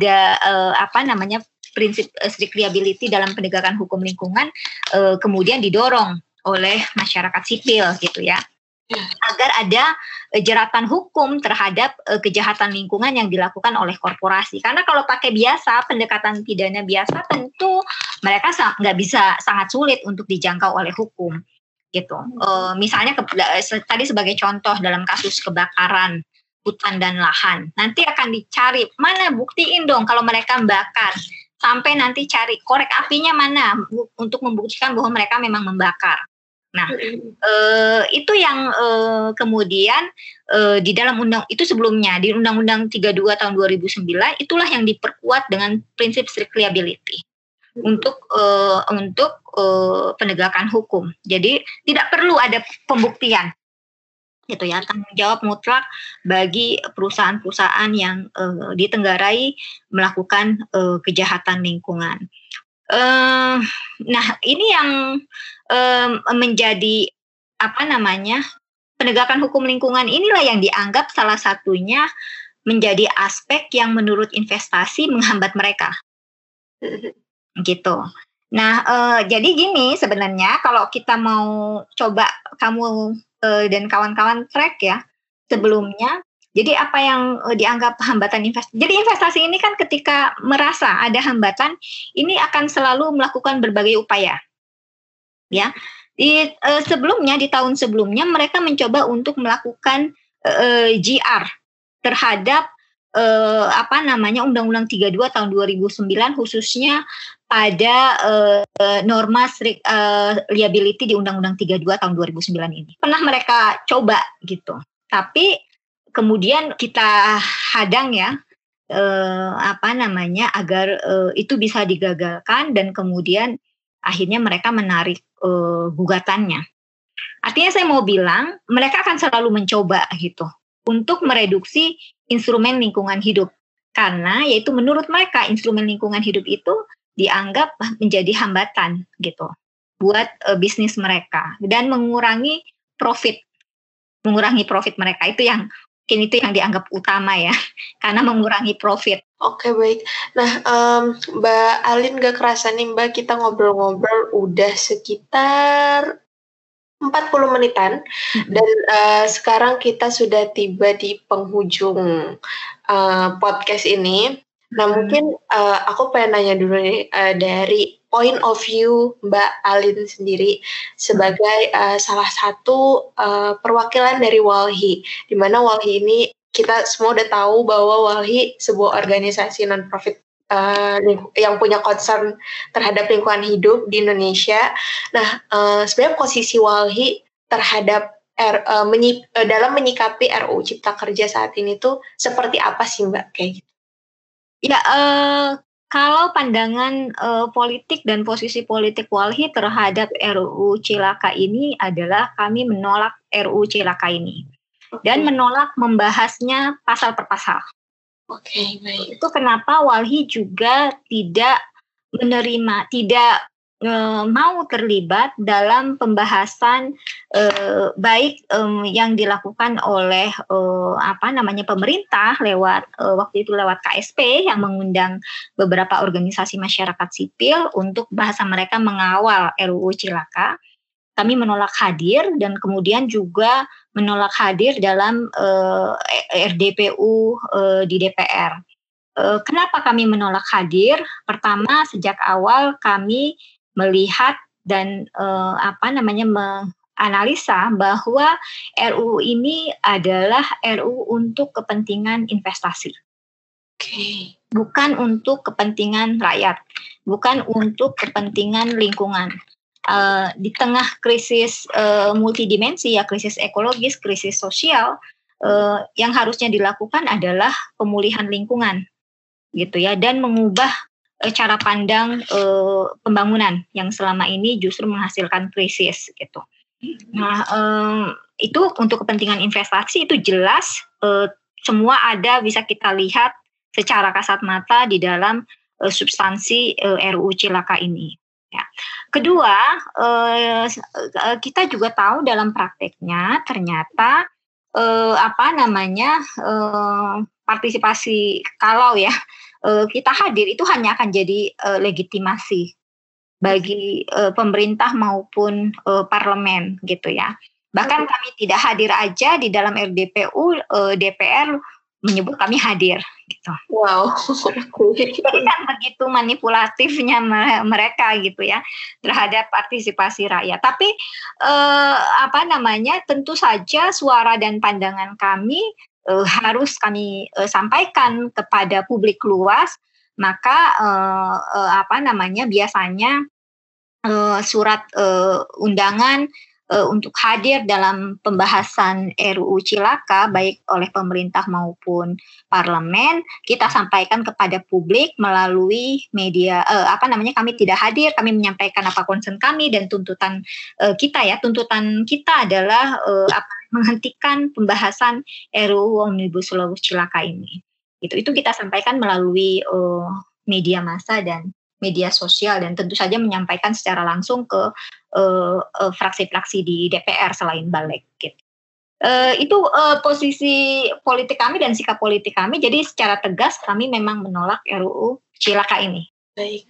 prinsip strict liability dalam penegakan hukum lingkungan kemudian didorong oleh masyarakat sipil gitu ya. Agar ada jeratan hukum terhadap kejahatan lingkungan yang dilakukan oleh korporasi. Karena kalau pakai biasa, pendekatan pidana biasa, tentu mereka sangat sulit untuk dijangkau oleh hukum, gitu. Misalnya tadi sebagai contoh dalam kasus kebakaran hutan dan lahan, nanti akan dicari mana buktiin dong kalau mereka membakar, sampai nanti cari korek apinya mana untuk membuktikan bahwa mereka memang membakar. Nah, itu yang kemudian di dalam itu sebelumnya di Undang-Undang 32 tahun 2009 itulah yang diperkuat dengan prinsip strict liability untuk penegakan hukum. Jadi tidak perlu ada pembuktian, gitu ya, tanggung jawab mutlak bagi perusahaan-perusahaan yang ditenggarai melakukan kejahatan lingkungan. Nah, ini yang menjadi penegakan hukum lingkungan inilah yang dianggap salah satunya menjadi aspek yang menurut investasi menghambat mereka, gitu. Nah, jadi gini sebenarnya kalau kita mau coba kamu dan kawan-kawan track ya sebelumnya. Jadi apa yang dianggap hambatan investasi? Jadi investasi ini kan ketika merasa ada hambatan, ini akan selalu melakukan berbagai upaya. Ya, di tahun sebelumnya mereka mencoba untuk melakukan GR terhadap Undang-Undang 32 tahun 2009 khususnya pada norma strict liability di Undang-Undang 32 tahun 2009 ini. Pernah mereka coba gitu, tapi kemudian kita hadang ya agar itu bisa digagalkan dan kemudian akhirnya mereka menarik gugatannya. Artinya saya mau bilang mereka akan selalu mencoba gitu untuk mereduksi instrumen lingkungan hidup karena yaitu menurut mereka instrumen lingkungan hidup itu dianggap menjadi hambatan gitu buat bisnis mereka dan mengurangi profit mereka. Itu yang dianggap utama ya, karena mengurangi profit. Oke, baik. Nah, Mbak Alin gak kerasa nih Mbak, kita ngobrol-ngobrol udah sekitar 40 menitan dan sekarang kita sudah tiba di penghujung podcast ini. Nah, mungkin aku pengen nanya dulu nih dari point of view Mbak Alin sendiri sebagai salah satu perwakilan dari WALHI, di mana WALHI ini kita semua udah tahu bahwa WALHI sebuah organisasi non-profit yang punya concern terhadap lingkungan hidup di Indonesia. Nah, sebenarnya posisi WALHI terhadap dalam menyikapi RUU Cipta Kerja saat ini tuh seperti apa sih Mbak kayak gitu? Ya, kalau pandangan politik dan posisi politik WALHI terhadap RUU Cilaka ini adalah kami menolak RUU Cilaka ini dan menolak membahasnya pasal per pasal. Oke, baik. Itu kenapa WALHI juga tidak mau terlibat dalam pembahasan baik yang dilakukan oleh pemerintah lewat waktu itu lewat KSP yang mengundang beberapa organisasi masyarakat sipil untuk bahasa mereka mengawal RUU Cilaka. Kami menolak hadir dan kemudian juga menolak hadir dalam RDPU di DPR. Kenapa kami menolak hadir? Pertama, sejak awal kami melihat dan menganalisa bahwa RUU ini adalah RUU untuk kepentingan investasi. Okay. Bukan untuk kepentingan rakyat, bukan untuk kepentingan lingkungan. Di tengah krisis multidimensi ya, krisis ekologis, krisis sosial, yang harusnya dilakukan adalah pemulihan lingkungan gitu ya, dan mengubah cara pandang pembangunan yang selama ini justru menghasilkan krisis gitu. Nah, itu untuk kepentingan investasi itu jelas semua ada, bisa kita lihat secara kasat mata di dalam substansi RUU Cilaka ini. Ya. Kedua, kita juga tahu dalam prakteknya ternyata partisipasi kalau ya kita hadir itu hanya akan jadi legitimasi bagi pemerintah maupun parlemen gitu ya. Bahkan kami tidak hadir aja di dalam RDPU, DPR menyebut kami hadir gitu. Wow. Jadi kan begitu manipulatifnya mereka gitu ya terhadap partisipasi rakyat. Tapi tentu saja suara dan pandangan kami harus kami sampaikan kepada publik luas. Maka biasanya surat undangan untuk hadir dalam pembahasan RUU Cilaka baik oleh pemerintah maupun parlemen kita sampaikan kepada publik melalui media kami tidak hadir, kami menyampaikan apa concern kami dan tuntutan kita adalah menghentikan pembahasan RUU Omnibus Law Cilaka ini. Itu kita sampaikan melalui media massa dan media sosial dan tentu saja menyampaikan secara langsung ke fraksi-fraksi di DPR selain balik gitu. Itu posisi politik kami dan sikap politik kami. Jadi secara tegas kami memang menolak RUU Cilaka ini. Baik,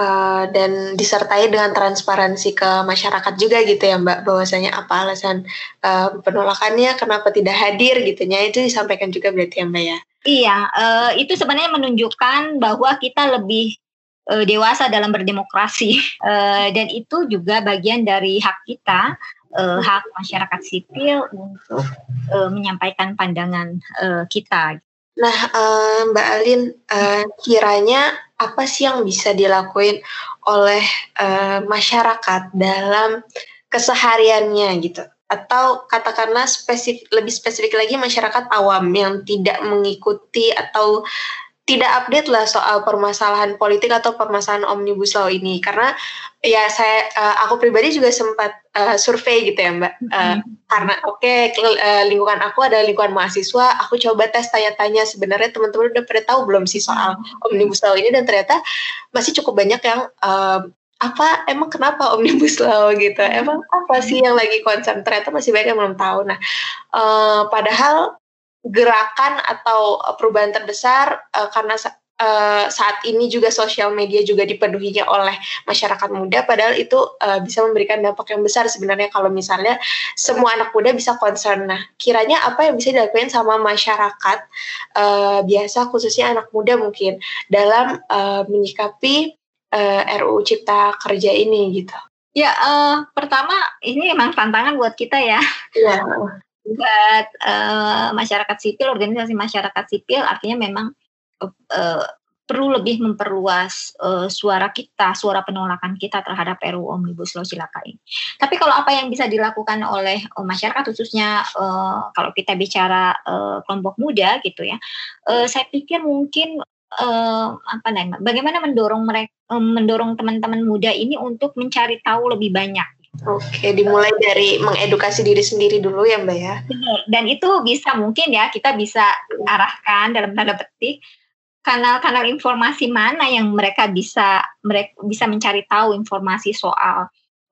dan disertai dengan transparansi ke masyarakat juga gitu ya Mbak, bahwasanya apa alasan penolakannya, kenapa tidak hadir gitunya, itu disampaikan juga berarti ya Mbak ya? Iya, itu sebenarnya menunjukkan bahwa kita lebih dewasa dalam berdemokrasi dan itu juga bagian dari hak kita, hak masyarakat sipil untuk menyampaikan pandangan kita. Nah, Mbak Alin, kiranya apa sih yang bisa dilakuin oleh masyarakat dalam kesehariannya gitu? Atau katakanlah lebih spesifik lagi masyarakat awam yang tidak mengikuti atau tidak update lah soal permasalahan politik atau permasalahan Omnibus Law ini, karena ya aku pribadi juga sempat survei gitu ya Mbak, karena lingkungan aku ada lingkungan mahasiswa, aku coba tes tanya-tanya sebenarnya teman-teman udah pada tahu belum sih soal Omnibus Law ini, dan ternyata masih cukup banyak yang emang kenapa Omnibus Law gitu, emang apa sih yang lagi concern, ternyata masih banyak yang belum tahu. Nah, padahal gerakan atau perubahan terbesar karena saat ini juga sosial media juga dipenuhinya oleh masyarakat muda, padahal itu bisa memberikan dampak yang besar sebenarnya kalau misalnya semua anak muda bisa concern. Nah, kiranya apa yang bisa dilakukan sama masyarakat biasa khususnya anak muda mungkin dalam menyikapi RUU Cipta Kerja ini gitu? Ya, pertama ini memang tantangan buat kita ya. Iya. Buat masyarakat sipil, organisasi masyarakat sipil, artinya memang perlu lebih memperluas suara penolakan kita terhadap RUU Omnibus Law Cilaka ini. Tapi kalau apa yang bisa dilakukan oleh masyarakat, khususnya kalau kita bicara kelompok muda gitu ya, saya pikir mungkin bagaimana mendorong teman-teman muda ini untuk mencari tahu lebih banyak. Oke, dimulai dari mengedukasi diri sendiri dulu ya Mbak ya. Dan itu bisa mungkin ya kita bisa arahkan dalam tanda petik kanal-kanal informasi mana yang mereka bisa mencari tahu informasi soal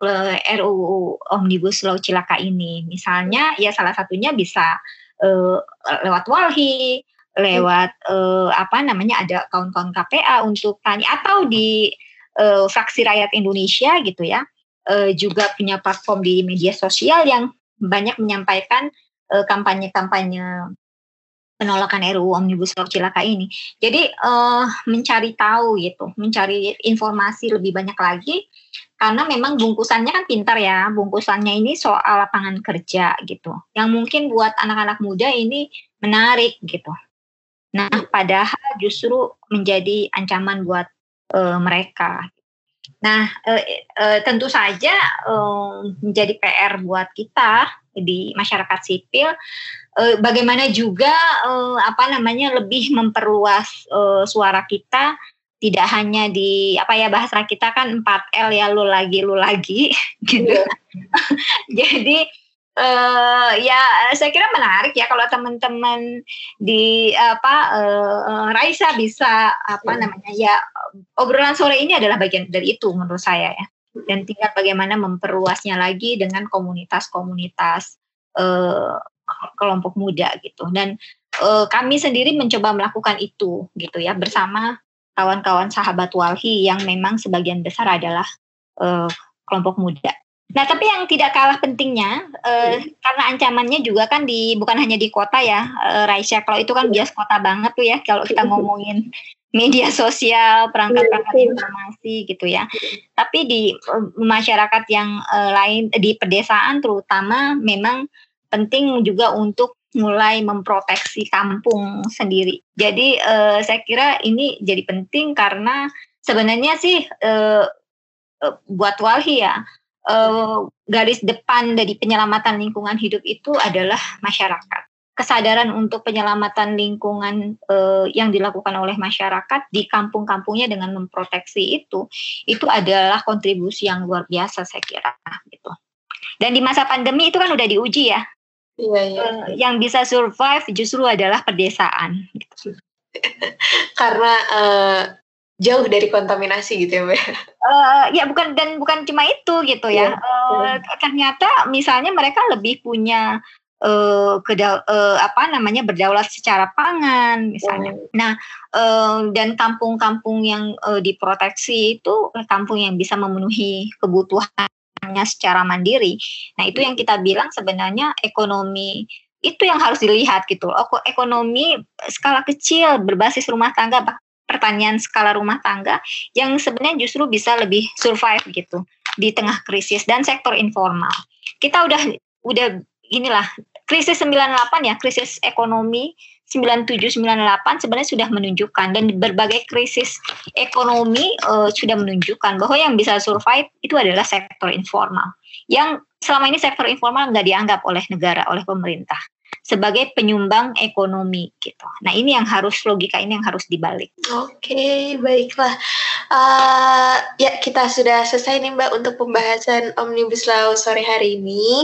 RUU Omnibus Law Cilaka ini. Misalnya ya salah satunya bisa lewat Walhi, lewat ada kawan-kawan KPA untuk tanya, atau di fraksi rakyat Indonesia gitu ya. Juga punya platform di media sosial yang banyak menyampaikan kampanye-kampanye penolakan RUU Omnibus Law Cilaka ini. Jadi mencari tahu gitu, mencari informasi lebih banyak lagi, karena memang bungkusannya kan pintar ya, bungkusannya ini soal lapangan kerja gitu, yang mungkin buat anak-anak muda ini menarik gitu. Nah, padahal justru menjadi ancaman buat mereka. Nah, tentu saja menjadi PR buat kita di masyarakat sipil, bagaimana juga lebih memperluas suara kita, tidak hanya di bahasa kita kan 4L ya, lu lagi gitu. Jadi Ya saya kira menarik ya kalau teman-teman di Raisa bisa namanya ya, obrolan sore ini adalah bagian dari itu menurut saya ya. Dan tinggal bagaimana memperluasnya lagi dengan komunitas-komunitas kelompok muda gitu. Dan kami sendiri mencoba melakukan itu gitu ya bersama kawan-kawan sahabat Walhi yang memang sebagian besar adalah kelompok muda. Nah, tapi yang tidak kalah pentingnya, karena ancamannya juga kan bukan hanya di kota ya, Raisya. Kalau itu kan bias kota banget tuh ya, kalau kita ngomongin media sosial, perangkat-perangkat informasi gitu ya. Tapi di masyarakat yang lain, di pedesaan terutama, memang penting juga untuk mulai memproteksi kampung sendiri. Jadi saya kira ini jadi penting karena sebenarnya sih buat Walhi ya, garis depan dari penyelamatan lingkungan hidup itu adalah masyarakat. Kesadaran untuk penyelamatan lingkungan yang dilakukan oleh masyarakat di kampung-kampungnya dengan memproteksi itu adalah kontribusi yang luar biasa saya kira gitu. Dan di masa pandemi itu kan udah diuji ya. Iya. Yang bisa survive justru adalah pedesaan. Gitu. Karena jauh dari kontaminasi gitu ya, Mbak. Ya bukan cuma itu gitu ya. Ternyata misalnya mereka lebih punya berdaulat secara pangan misalnya. Nah, dan kampung-kampung yang diproteksi itu kampung yang bisa memenuhi kebutuhannya secara mandiri. Nah, itu yang kita bilang sebenarnya ekonomi itu yang harus dilihat gitu. Ekonomi skala kecil berbasis rumah tangga, pertanian skala rumah tangga yang sebenarnya justru bisa lebih survive gitu di tengah krisis, dan sektor informal. Kita udah inilah krisis 98 ya, krisis ekonomi 97-98 sebenarnya sudah menunjukkan, dan berbagai krisis ekonomi sudah menunjukkan bahwa yang bisa survive itu adalah sektor informal. Yang selama ini sektor informal nggak dianggap oleh negara, oleh pemerintah sebagai penyumbang ekonomi gitu. Nah, ini yang harus, logika ini yang harus dibalik. Oke, baiklah. Ya, kita sudah selesai nih Mbak untuk pembahasan Omnibus Law sore hari ini.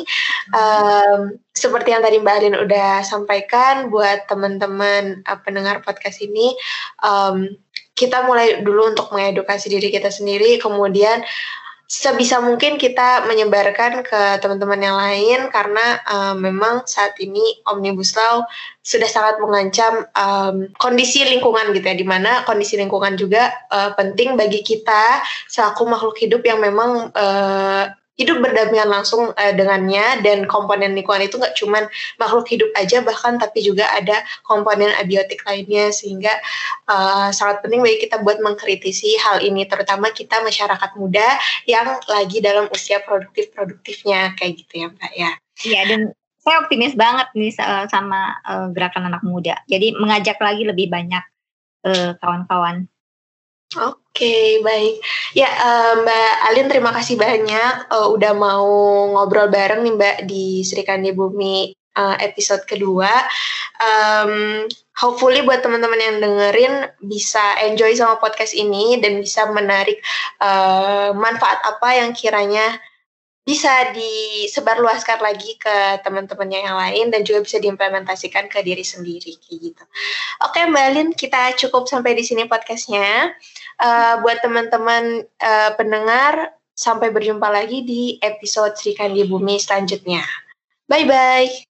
Seperti yang tadi Mbak Alin udah sampaikan, buat teman-teman pendengar podcast ini, kita mulai dulu untuk mengedukasi diri kita sendiri, kemudian sebisa mungkin kita menyebarkan ke teman-teman yang lain, karena memang saat ini Omnibus Law sudah sangat mengancam kondisi lingkungan gitu ya, dimana kondisi lingkungan juga penting bagi kita selaku makhluk hidup yang memang hidup berdampingan langsung dengannya, dan komponen lingkungan itu nggak cuma makhluk hidup aja bahkan, tapi juga ada komponen abiotik lainnya, sehingga sangat penting bagi kita buat mengkritisi hal ini, terutama kita masyarakat muda yang lagi dalam usia produktifnya kayak gitu ya Mbak ya. Iya, dan saya optimis banget nih sama gerakan anak muda. Jadi mengajak lagi lebih banyak kawan-kawan. Oke, baik. Ya, Mbak Alin, terima kasih banyak udah mau ngobrol bareng nih Mbak di Sri Kandi Bumi episode kedua. Hopefully buat teman-teman yang dengerin bisa enjoy sama podcast ini dan bisa menarik manfaat apa yang kiranya bisa disebarluaskan lagi ke teman-temannya yang lain, dan juga bisa diimplementasikan ke diri sendiri kayak gitu. Oke Mbak Alin, kita cukup sampai di sini podcastnya. Buat teman-teman pendengar, sampai berjumpa lagi di episode Sri Kandi Bumi selanjutnya. Bye-bye.